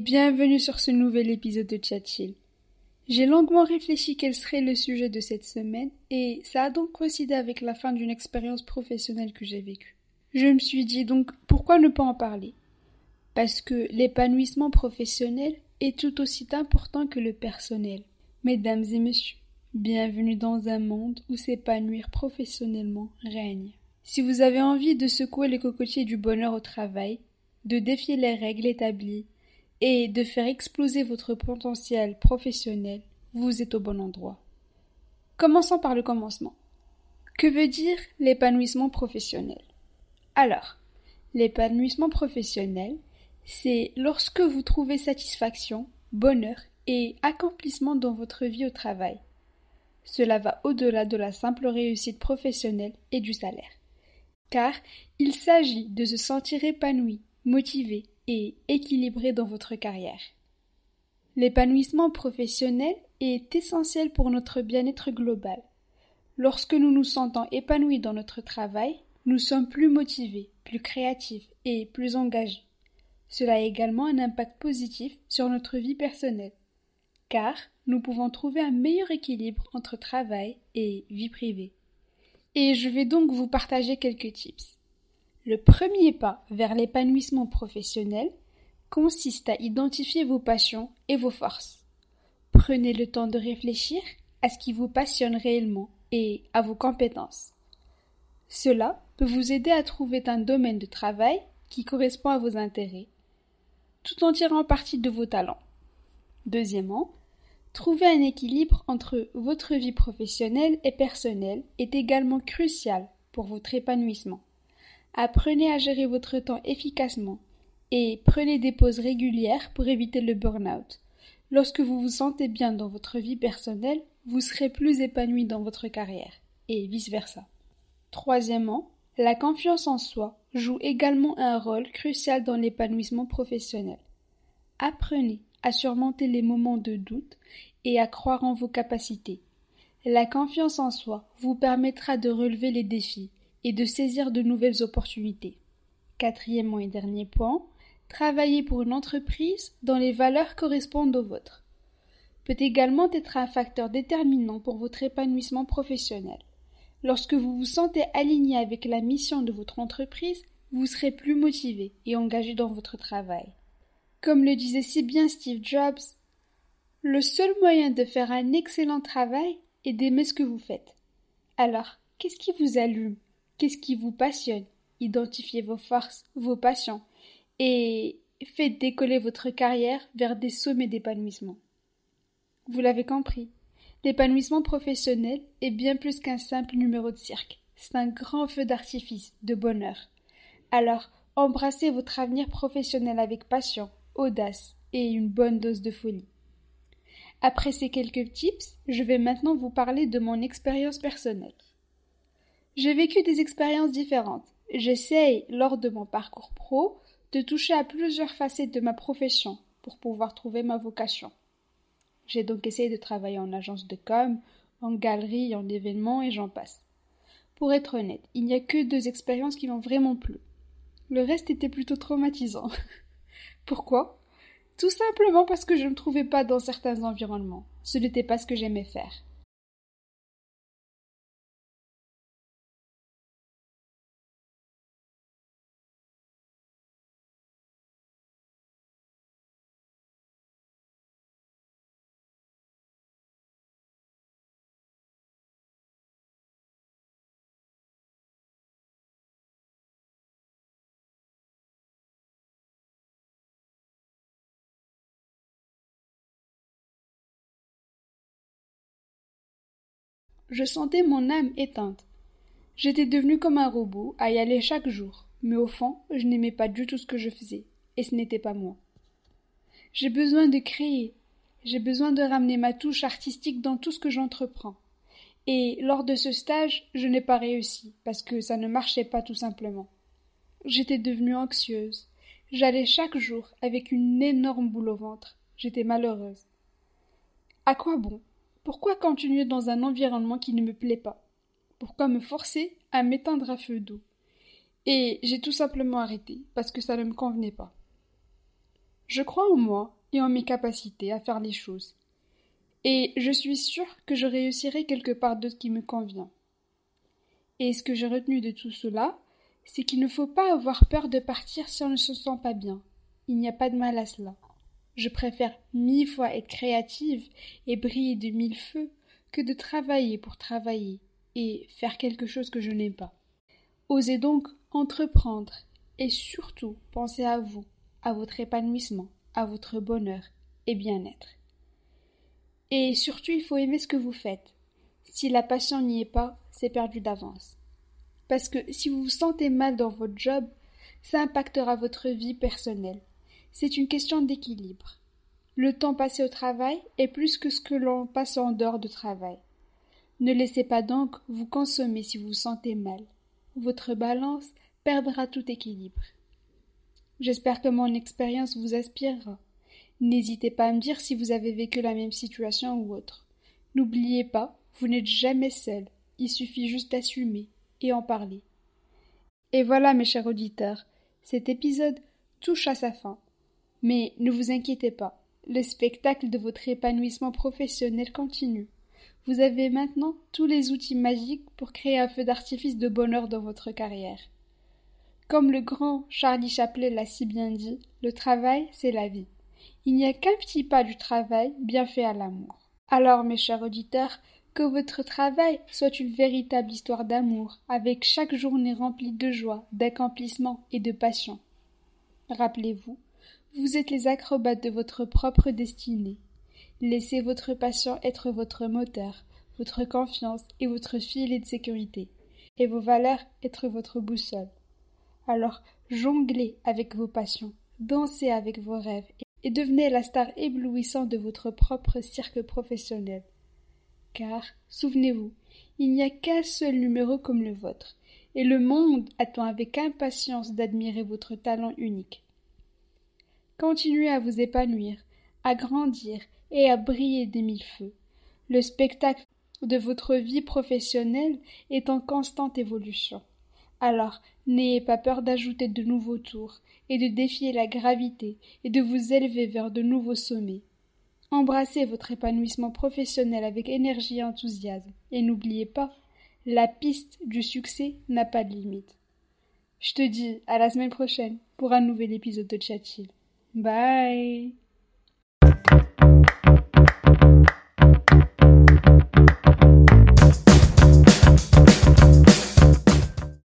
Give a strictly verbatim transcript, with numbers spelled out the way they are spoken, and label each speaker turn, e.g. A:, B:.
A: Bienvenue sur ce nouvel épisode de Chat Chill. J'ai longuement réfléchi quel serait le sujet de cette semaine et ça a donc coïncidé avec la fin d'une expérience professionnelle que j'ai vécue. Je me suis dit donc pourquoi ne pas en parler? Parce que l'épanouissement professionnel est tout aussi important que le personnel. Mesdames et messieurs, bienvenue dans un monde où s'épanouir professionnellement règne. Si vous avez envie de secouer les cocotiers du bonheur au travail, de défier les règles établies, et de faire exploser votre potentiel professionnel, vous êtes au bon endroit. Commençons par le commencement. Que veut dire l'épanouissement professionnel? Alors, l'épanouissement professionnel, c'est lorsque vous trouvez satisfaction, bonheur et accomplissement dans votre vie au travail. Cela va au-delà de la simple réussite professionnelle et du salaire. Car il s'agit de se sentir épanoui, motivé et équilibré dans votre carrière. L'épanouissement professionnel est essentiel pour notre bien-être global. Lorsque nous nous sentons épanouis dans notre travail, nous sommes plus motivés, plus créatifs et plus engagés. Cela a également un impact positif sur notre vie personnelle, car nous pouvons trouver un meilleur équilibre entre travail et vie privée. Et je vais donc vous partager quelques tips. Le premier pas vers l'épanouissement professionnel consiste à identifier vos passions et vos forces. Prenez le temps de réfléchir à ce qui vous passionne réellement et à vos compétences. Cela peut vous aider à trouver un domaine de travail qui correspond à vos intérêts, tout en tirant parti de vos talents. Deuxièmement, trouver un équilibre entre votre vie professionnelle et personnelle est également crucial pour votre épanouissement. Apprenez à gérer votre temps efficacement et prenez des pauses régulières pour éviter le burn-out. Lorsque vous vous sentez bien dans votre vie personnelle, vous serez plus épanoui dans votre carrière et vice-versa. Troisièmement, la confiance en soi joue également un rôle crucial dans l'épanouissement professionnel. Apprenez à surmonter les moments de doute et à croire en vos capacités. La confiance en soi vous permettra de relever les défis et de saisir de nouvelles opportunités. Quatrièmement et dernier point, travailler pour une entreprise dont les valeurs correspondent aux vôtres peut également être un facteur déterminant pour votre épanouissement professionnel. Lorsque vous vous sentez aligné avec la mission de votre entreprise, vous serez plus motivé et engagé dans votre travail. Comme le disait si bien Steve Jobs, le seul moyen de faire un excellent travail est d'aimer ce que vous faites. Alors, qu'est-ce qui vous allume? Qu'est-ce qui vous passionne? Identifiez vos forces, vos passions et faites décoller votre carrière vers des sommets d'épanouissement. Vous l'avez compris, l'épanouissement professionnel est bien plus qu'un simple numéro de cirque. C'est un grand feu d'artifice de bonheur. Alors, embrassez votre avenir professionnel avec passion, audace et une bonne dose de folie. Après ces quelques tips, je vais maintenant vous parler de mon expérience personnelle. J'ai vécu des expériences différentes. J'essaye, lors de mon parcours pro, de toucher à plusieurs facettes de ma profession pour pouvoir trouver ma vocation. J'ai donc essayé de travailler en agence de com, en galerie, en événements et j'en passe. Pour être honnête, il n'y a que deux expériences qui m'ont vraiment plu. Le reste était plutôt traumatisant. Pourquoi? Tout simplement parce que je ne me trouvais pas dans certains environnements. Ce n'était pas ce que j'aimais faire. Je sentais mon âme éteinte. J'étais devenue comme un robot, à y aller chaque jour, mais au fond, je n'aimais pas du tout ce que je faisais, et ce n'était pas moi. J'ai besoin de créer, j'ai besoin de ramener ma touche artistique dans tout ce que j'entreprends. Et lors de ce stage, je n'ai pas réussi, parce que ça ne marchait pas tout simplement. J'étais devenue anxieuse. J'allais chaque jour avec une énorme boule au ventre. J'étais malheureuse. À quoi bon? Pourquoi continuer dans un environnement qui ne me plaît pas? Pourquoi me forcer à m'éteindre à feu doux? Et j'ai tout simplement arrêté, parce que ça ne me convenait pas. Je crois en moi, et en mes capacités à faire les choses. Et je suis sûre que je réussirai quelque part d'autre qui me convient. Et ce que j'ai retenu de tout cela, c'est qu'il ne faut pas avoir peur de partir si on ne se sent pas bien. Il n'y a pas de mal à cela. Je préfère mille fois être créative et briller de mille feux que de travailler pour travailler et faire quelque chose que je n'aime pas. Osez donc entreprendre et surtout pensez à vous, à votre épanouissement, à votre bonheur et bien-être. Et surtout, il faut aimer ce que vous faites. Si la passion n'y est pas, c'est perdu d'avance. Parce que si vous vous sentez mal dans votre job, ça impactera votre vie personnelle. C'est une question d'équilibre. Le temps passé au travail est plus que ce que l'on passe en dehors de travail. Ne laissez pas donc vous consommer si vous vous sentez mal. Votre balance perdra tout équilibre. J'espère que mon expérience vous inspirera. N'hésitez pas à me dire si vous avez vécu la même situation ou autre. N'oubliez pas, vous n'êtes jamais seul. Il suffit juste d'assumer et en parler. Et voilà, mes chers auditeurs, cet épisode touche à sa fin. Mais ne vous inquiétez pas, le spectacle de votre épanouissement professionnel continue. Vous avez maintenant tous les outils magiques pour créer un feu d'artifice de bonheur dans votre carrière. Comme le grand Charlie Chaplin l'a si bien dit, le travail, c'est la vie. Il n'y a qu'un petit pas du travail bien fait à l'amour. Alors, mes chers auditeurs, que votre travail soit une véritable histoire d'amour, avec chaque journée remplie de joie, d'accomplissement et de passion. Rappelez-vous, vous êtes les acrobates de votre propre destinée. Laissez votre passion être votre moteur, votre confiance et votre filet de sécurité, et vos valeurs être votre boussole. Alors, jonglez avec vos passions, dansez avec vos rêves, et devenez la star éblouissante de votre propre cirque professionnel. Car, souvenez-vous, il n'y a qu'un seul numéro comme le vôtre, et le monde attend avec impatience d'admirer votre talent unique. Continuez à vous épanouir, à grandir et à briller des mille feux. Le spectacle de votre vie professionnelle est en constante évolution. Alors, n'ayez pas peur d'ajouter de nouveaux tours et de défier la gravité et de vous élever vers de nouveaux sommets. Embrassez votre épanouissement professionnel avec énergie et enthousiasme. Et n'oubliez pas, la piste du succès n'a pas de limite. Je te dis à la semaine prochaine pour un nouvel épisode de Chat Chill. Bye!